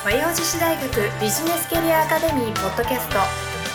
和洋女子大学ビジネスキャリアアカデミーポッドキャスト。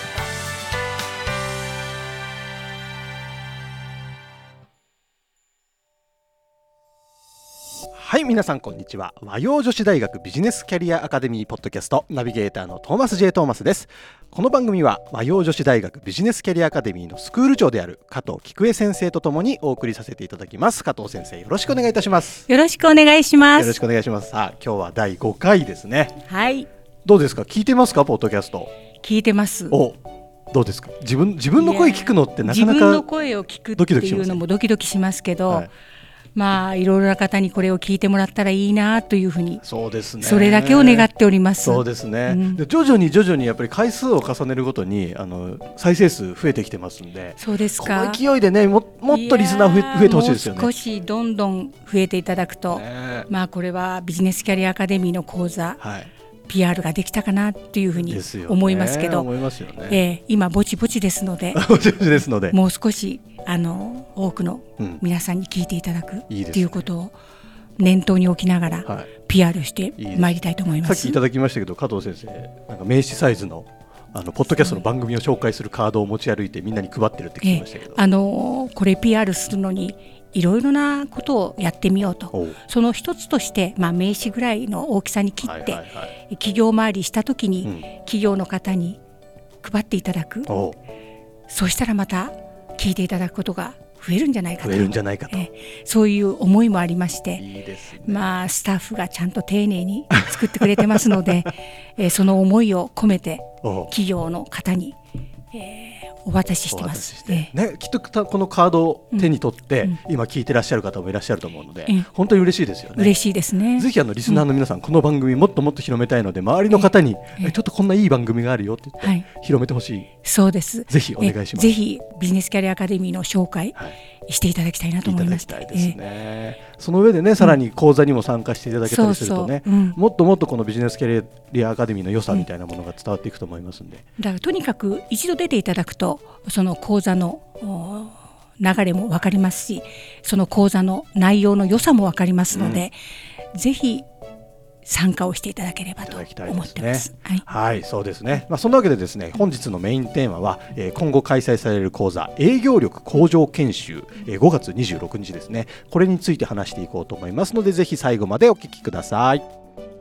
はい、皆さんこんにちは。和洋女子大学ビジネスキャリアアカデミーポッドキャストナビゲーターのトーマス J. トーマスです。この番組は和洋女子大学ビジネスキャリアアカデミーのスクール長である加藤菊江先生とともにお送りさせていただきます。加藤先生、よろしくお願いいたします。 よろしくお願いします。 よろしくお願いします。さあ、今日は第5回ですね。 はい。 どうですか、聞いてますか、ポッドキャスト。 聞いてます。 お、どうですか。自分の声聞くのってなかなか自分の声を聞くっていうのもドキドキしますけど、はい、まあいろいろな方にこれを聞いてもらったらいいなというふうに、そうですね、それだけを願っております。 そうですね、で徐々にやっぱり回数を重ねるごとに再生数増えてきてますんで。そうですか。この勢いでね、もっとリスナー増えてほしいですよね。 もう少しどんどん増えていただくと、まあこれはビジネスキャリアアカデミーの講座、はい、PR ができたかなというふうに思いますけど、今ぼちぼちですのでもう少し多くの皆さんに聞いていただくということを念頭に置きながら PR してまいりたいと思います。 さっきいただきましたけど、加藤先生、なんか名刺サイズのポッドキャストの番組を紹介するカードを持ち歩いてみんなに配ってるって聞きましたけど、 これ PR するのにいろいろなことをやってみようと。その一つとして、名刺ぐらいの大きさに切って、企業回りした時に、企業の方に配っていただく。そうしたらまた聞いていただくことが増えるんじゃないかと、そういう思いもありまして、いいですね。スタッフがちゃんと丁寧に作ってくれてますのでその思いを込めて企業の方にお渡ししてます。 きっとこのカードを手に取って、今聞いてらっしゃる方もいらっしゃると思うので、本当に嬉しいですよね。 嬉しいですね。 ぜひリスナーの皆さん、この番組もっともっと広めたいので、周りの方にちょっとこんないい番組があるよって言って広めてほしい。 そうです。 ぜひお願いします。 ぜひビジネスキャリアアカデミーの紹介していただきたいなと思いました。 その上でね、さらに講座にも参加していただけたりするとね、もっともっとこのビジネスキャリアアカデミーの良さみたいなものが伝わっていくと思いますんで、 だからとにかく一度出ていただくと、その講座の流れも分かりますし、その講座の内容の良さも分かりますので、ぜひ参加をしていただければと思ってます。 はい、そうですね。そんなわけでですね、本日のメインテーマは、今後開催される講座、営業力向上研修、5月26日ですね。これについて話していこうと思いますので、ぜひ最後までお聞きください。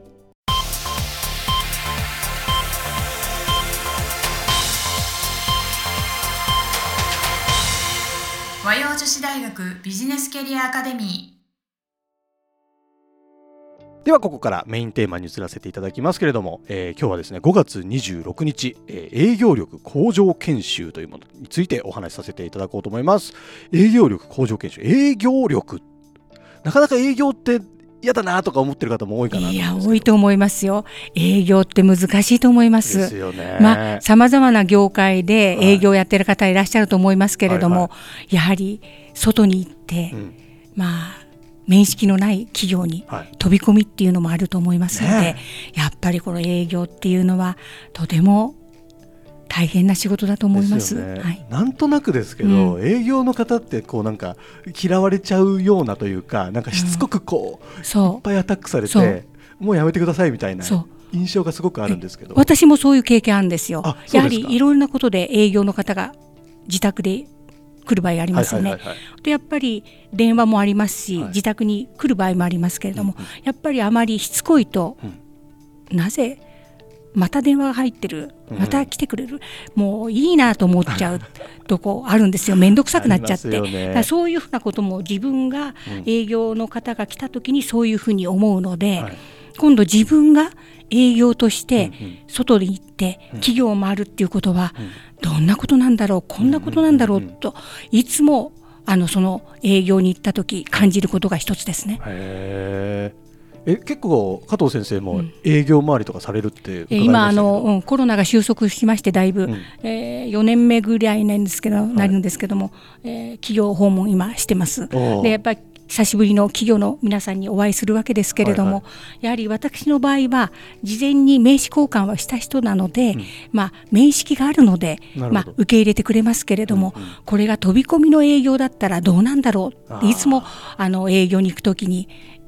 和洋女子大学ビジネスキャリアアカデミー。 ではここからメインテーマに移らせていただきますけれども、今日はですね、5月26日、営業力向上研修というものについてお話しさせていただこうと思います。営業力向上研修、営業力、なかなか営業って嫌だなとか思ってる方も多いかなと思うんですけど。 多いと思いますよ。営業って難しいと思います。 ですよね。 様々な業界で営業やってる方いらっしゃると思いますけれども、やはり外に行って、面識のない企業に飛び込みっていうのもあると思いますので、やっぱりこの営業っていうのはとても大変な仕事だと思います。 なんとなくですけど、営業の方ってなんか嫌われちゃうようなというか、なんかしつこくいっぱいアタックされて、もうやめてくださいみたいな印象がすごくあるんですけど、 私もそういう経験あるんですよ。やはりいろんなことで営業の方が自宅で来る場合がありますよね。でやっぱり電話もありますし、自宅に来る場合もありますけれども、やっぱりあまりしつこいと、なぜまた電話が入ってる、また来てくれる、もういいなと思っちゃうとこあるんですよ。めんどくさくなっちゃって、だからそういうふうなことも自分が営業の方が来た時にそういうふうに思うので、今度自分が営業として外に行って企業を回るっていうことはどんなことなんだろう、こんなことなんだろうといつもその営業に行った時感じることが一つですね。 結構加藤先生も営業回りとかされるって伺いましたけど、 今コロナが収束しましてだいぶ、4年目ぐらいなんですけど、なるんですけども、企業訪問今してます。でやっぱり久しぶりの企業の皆さんにお会いするわけですけれども、やはり私の場合は事前に名刺交換はした人なので、面識があるので、受け入れてくれますけれども、これが飛び込みの営業だったらどうなんだろうっていつも営業に行くときに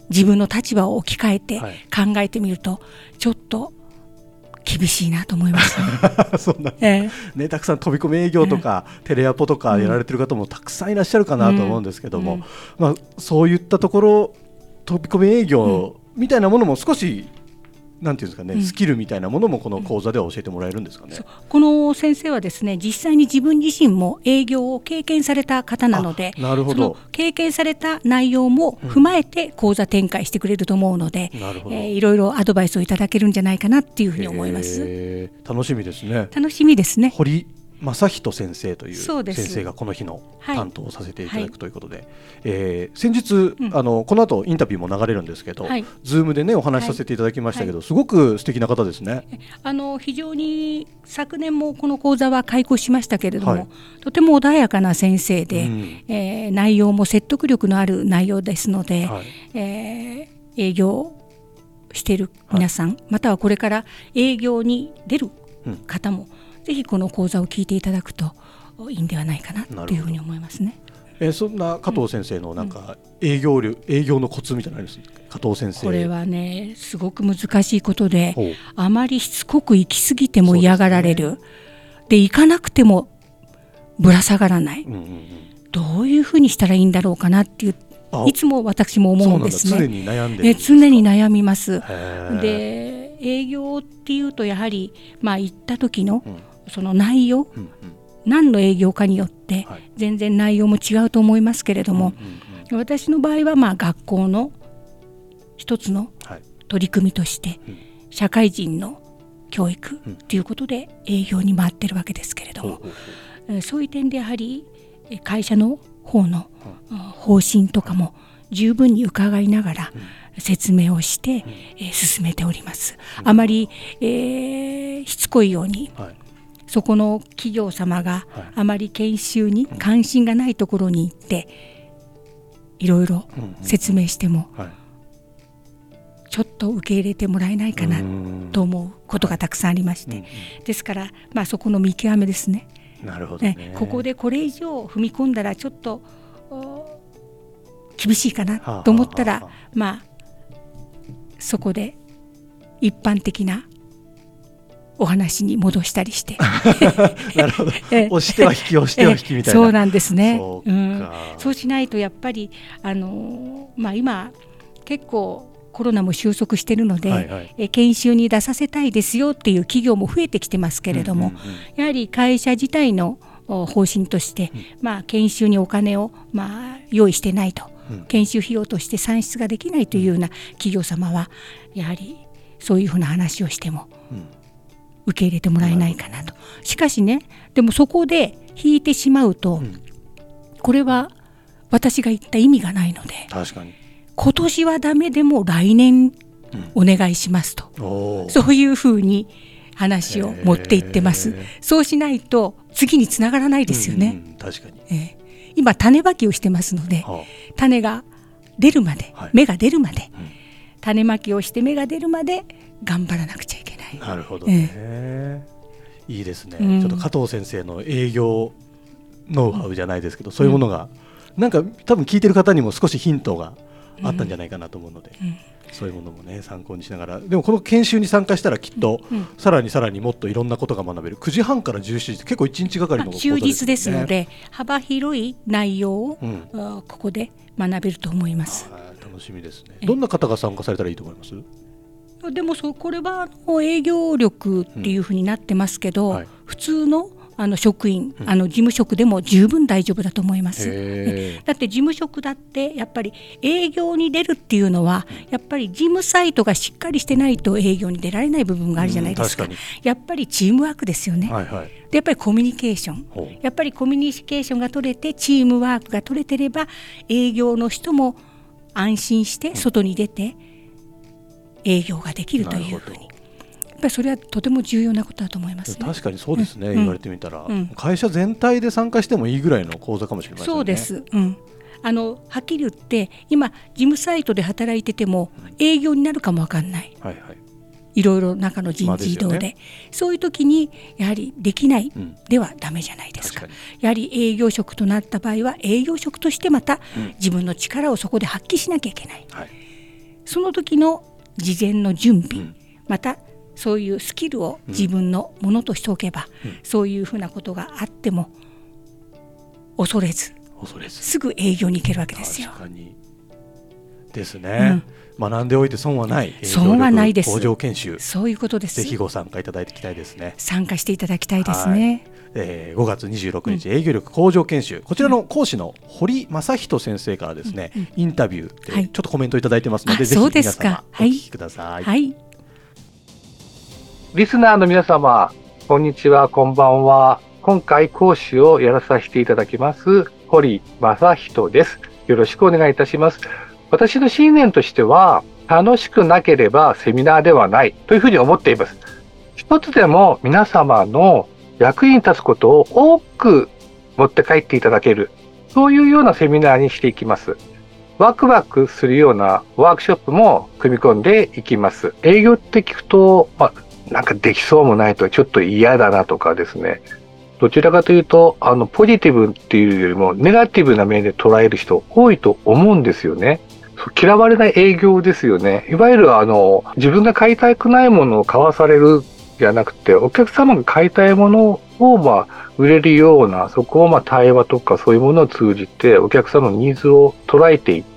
自分の立場を置き換えて考えてみると、ちょっと厳しいなと思いますね。 そんな、ね、たくさん飛び込み営業とか、テレアポとかやられてる方もたくさんいらっしゃるかなと思うんですけども、そういったところ飛び込み営業みたいなものも少しなんていうんですかね、スキルみたいなものもこの講座では教えてもらえるんですかね。 この先生はですね、実際に自分自身も営業を経験された方なので、 なるほど、 その経験された内容も踏まえて講座展開してくれると思うので、いろいろアドバイスをいただけるんじゃないかなっていうふうに思います。 楽しみですね。 楽しみですね。 堀正人先生という先生がこの日の担当をさせていただくということで、先日、この後インタビューも流れるんですけど、ズームでねお話しさせていただきましたけど、すごく素敵な方ですね。 非常に昨年もこの講座は開講しましたけれども、とても穏やかな先生で、内容も説得力のある内容ですので、営業している皆さん、またはこれから営業に出る方も、ぜひこの講座を聞いていただくといいんではないかなというふうに思いますね。 そんな加藤先生のなんか営業のコツみたいなのありますか？加藤先生。 これはね、すごく難しいことで、あまりしつこく行き過ぎても嫌がられる。で、行かなくてもぶら下がらない。どういうふうにしたらいいんだろうかなっていう、いつも私も思うんですね。 常に悩んでるんですか？ 常に悩みます。で、営業っていうとやはり、行った時のその内容、何の営業かによって全然内容も違うと思いますけれども、私の場合は学校の一つの取り組みとして社会人の教育ということで営業に回ってるわけですけれども、そういう点でやはり会社の方の方針とかも十分に伺いながら説明をして進めております。あまりしつこいように、そこの企業様があまり研修に関心がないところに行っていろいろ説明してもちょっと受け入れてもらえないかなと思うことがたくさんありまして、ですからそこの見極めですね。 なるほどね。 ここでこれ以上踏み込んだらちょっと厳しいかなと思ったら、そこで一般的なお話に戻したりしてなるほど、押しては引き押しては引きみたいな。 そうなんですね。そうしないとやっぱり今結構コロナも収束しているので、研修に出させたいですよっていう企業も増えてきてますけれども、やはり会社自体の方針として、研修にお金を用意してないと、研修費用として算出ができないというような企業様はやはりそういうふうな話をしても受け入れてもらえないかなと。しかしね、でもそこで引いてしまうと、これは私が言った意味がないので、 確かに今年はダメでも来年お願いしますと、そういうふうに話を持っていってます。そうしないと次につながらないですよね。 確かに、 今種まきをしてますので、種が出るまで、芽が出るまで、種まきをして芽が出るまで頑張らなくちゃいけない。 なるほどね、いいですね、ちょっと加藤先生の営業ノウハウじゃないですけど、そういうものがなんか多分聞いてる方にも少しヒントがあったんじゃないかなと思うので、そういうものもね参考にしながら、でもこの研修に参加したらきっとさらにもっといろんなことが学べる。9時半から17時って結構1日がかりの講座ですね。 充実ですので幅広い内容を、ここで学べると思います。 楽しみですね。どんな方が参加されたらいいと思います？ でもこれは営業力っていうふうになってますけど、普通の職員、事務職でも十分大丈夫だと思います。だって事務職だってやっぱり営業に出るっていうのはやっぱり事務サイトがしっかりしてないと営業に出られない部分があるじゃないですか。やっぱりチームワークですよね。でやっぱりコミュニケーション、やっぱりコミュニケーションが取れてチームワークが取れてれば営業の人も安心して外に出て営業ができるというふうに、やっぱりそれはとても重要なことだと思いますね。 確かにそうですね、言われてみたら、会社全体で参加してもいいぐらいの講座かもしれませんね。そうです、はっきり言って今事務サイトで働いてても営業になるかも分かんない、いろいろ中の人事異動で、そういう時にやはりできないではダメじゃないですか。やはり営業職となった場合は営業職としてまた自分の力をそこで発揮しなきゃいけない、 その時の事前の準備、またそういうスキルを自分のものとしておけば、そういうふうなことがあっても恐れずすぐ営業に行けるわけですよ。 確かにですね、学んでおいて損はない。 損はないです。 向上研修、 そういうことです。 ぜひご参加いただきたいですね。 参加していただきたいですね。 5月26日、営業力向上研修、こちらの講師の堀正人先生からですね、インタビューでちょっとコメントいただいてますので、ぜひ皆様お聞きください。 リスナーの皆様、こんにちは、こんばんは。今回講師をやらさせていただきます堀正人です。よろしくお願いいたします。私の信念としては、楽しくなければセミナーではないというふうに思っています。一つでも皆様の役に立つことを多く持って帰っていただける、そういうようなセミナーにしていきます。ワクワクするようなワークショップも組み込んでいきます。営業って聞くと、なんかできそうもないとちょっと嫌だなとかですね。どちらかというと、ポジティブっていうよりもネガティブな面で捉える人多いと思うんですよね。嫌われない営業ですよね。いわゆる自分が買いたくないものを買わされるじゃなくて、お客様が買いたいものを売れるような、そこを対話とかそういうものを通じてお客様のニーズを捉えていって、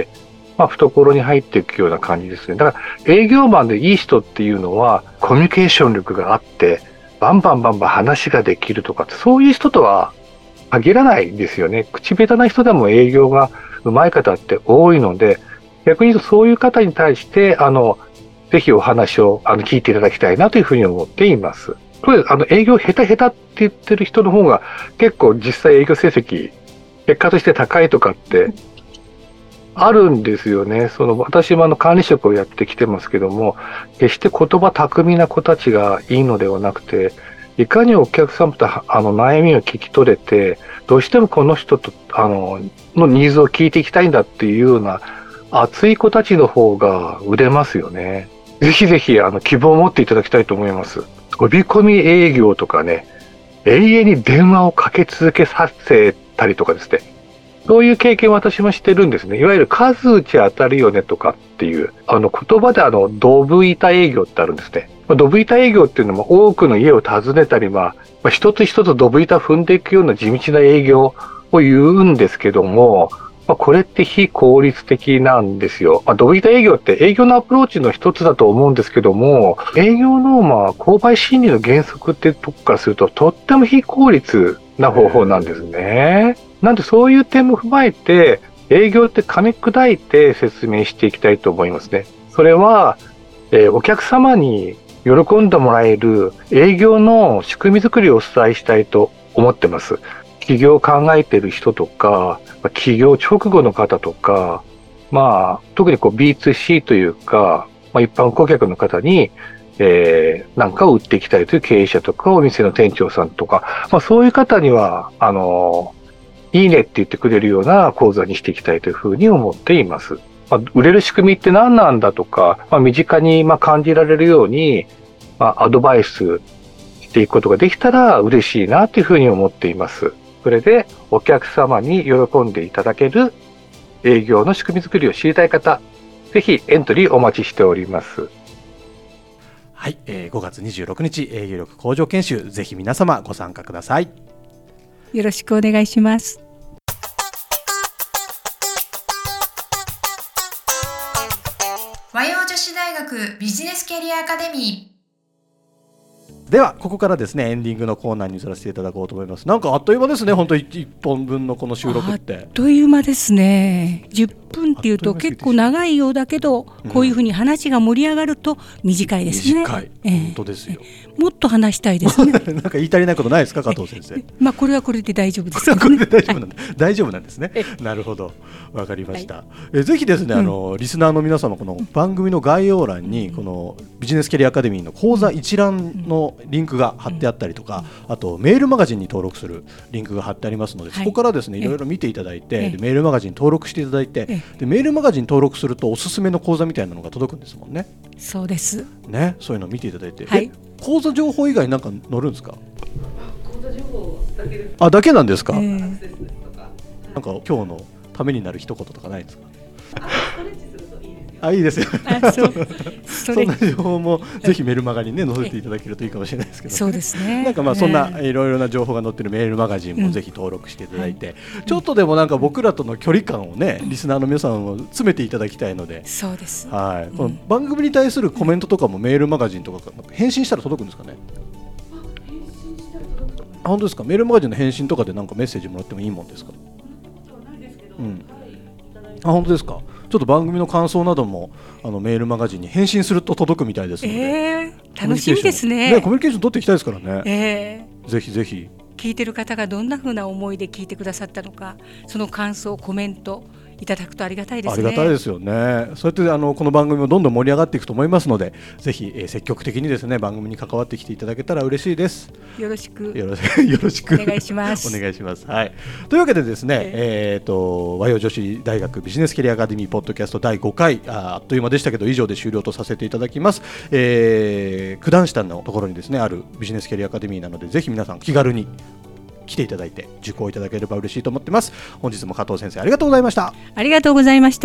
懐に入っていくような感じですね。だから営業マンでいい人っていうのはコミュニケーション力があって、バンバン話ができるとか、そういう人とは限らないですよね。口下手な人でも営業が上手い方って多いので、逆に言うとそういう方に対して、ぜひお話を聞いていただきたいなというふうに思っています。とりあえず営業下手って言ってる人の方が結構実際営業成績、結果として高いとかってあるんですよね。私も管理職をやってきてますけども、決して言葉巧みな子たちがいいのではなくて、いかにお客様と悩みを聞き取れて、どうしてもこの人とのニーズを聞いていきたいんだっていうような熱い子たちの方が売れますよね。ぜひぜひ希望を持っていただきたいと思います。飛び込み営業とかね、永遠に電話をかけ続けさせたりとかですね。そういう経験を私もしてるんですね。いわゆる数打ち当たるよねとかっていう、言葉でドブ板営業ってあるんですね。ドブ板営業っていうのも多くの家を訪ねたり、一つ一つドブ板踏んでいくような地道な営業を言うんですけども、これって非効率的なんですよ。ドブ板営業って営業のアプローチの一つだと思うんですけども、営業の購買心理の原則ってとこからするととっても非効率な方法なんですね。なんでそういう点も踏まえて、営業って噛み砕いて説明していきたいと思いますね。それは、お客様に喜んでもらえる営業の仕組み作りをお伝えしたいと思ってます。起業を考えている人とか、起業直後の方とか、特にB2C というか、一般顧客の方に、なんかを売っていきたいという経営者とか、お店の店長さんとか、そういう方には、いいねって言ってくれるような講座にしていきたいというふうに思っています。売れる仕組みって何なんだとか、身近に感じられるように、アドバイスしていくことができたら嬉しいなというふうに思っています。それでお客様に喜んでいただける営業の仕組み作りを知りたい方、ぜひエントリーお待ちしております。 はい、5月26日営業力向上研修、ぜひ皆様ご参加ください。 よろしくお願いします。 和洋女子大学ビジネスキャリアアカデミー。 ではここからですね、エンディングのコーナーに移らせていただこうと思います。なんかあっという間ですね、本当1本分のこの収録って。 あっという間ですね。10分っていうと結構長いようだけど、こういうふうに話が盛り上がると短いですね。 短い、本当ですよ。 もっと話したいですね。 なんか言い足りないことないですか、加藤先生。 これはこれで大丈夫です、 ね。これで大丈夫なんだ、大丈夫なんですね。なるほど、わかりました。ぜひですね、リスナーの皆様、この番組の概要欄にこのビジネスキャリアアカデミーの講座一覧のリンクが貼ってあったりとか、あとメールマガジンに登録するリンクが貼ってありますので、そこからですね、いろいろ見ていただいて、メールマガジン登録していただいて、でメールマガジン登録するとおすすめの講座みたいなのが届くんですもんね。 そうですね、そういうのを見ていただいて、講座情報以外なんか載るんですか？ 講座情報だけです。 だけなんですか？なんか今今日のためになる一言とかないですか？ ストレッチするといいですよ。 いいですよ。 そんな情報もぜひメルマガにね載せていただけるといいかもしれないですけど、 そうですね。 なんかまあそんないろいろな情報が載ってるメールマガジンもぜひ登録していただいて、ちょっとでもなんか僕らとの距離感をねリスナーの皆さんも詰めていただきたいので、 そうです。 はい。この番組に対するコメントとかもメールマガジンとか返信したら届くんですかね。本当ですか。メールマガジンの返信とかでなんかメッセージもらってもいいもんですか。本当ですか。ちょっと番組の感想などもメールマガジンに返信すると届くみたいですので、 楽しみですね。 コミュニケーション取っていきたいですからね。ぜひぜひ聞いてる方がどんな風な思いで聞いてくださったのか、その感想コメントいただくとありがたいですね。 ありがたいですよね。そうやってこの番組もどんどん盛り上がっていくと思いますので、ぜひ、積極的にですね番組に関わってきていただけたら嬉しいです。 よろしくお願いします。お願いします。はい。というわけでですね、和洋女子大学ビジネスキャリアアカデミーポッドキャスト第5回 あっという間でしたけど以上で終了とさせていただきます。九段下のところにですねあるビジネスキャリアアカデミーなので、ぜひ皆さん気軽に来ていただいて受講いただければ嬉しいと思ってます。本日も加藤先生ありがとうございました。 ありがとうございました。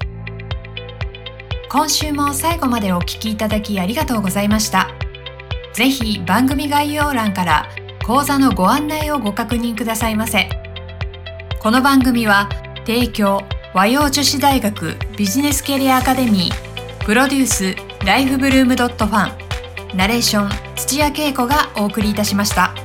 今週も最後までお聞きいただきありがとうございました。ぜひ番組概要欄から講座のご案内をご確認くださいませ。この番組は提供和洋女子大学ビジネスキャリアアカデミー、プロデュースライフブルームドットファン、ナレーション土屋恵子がお送りいたしました。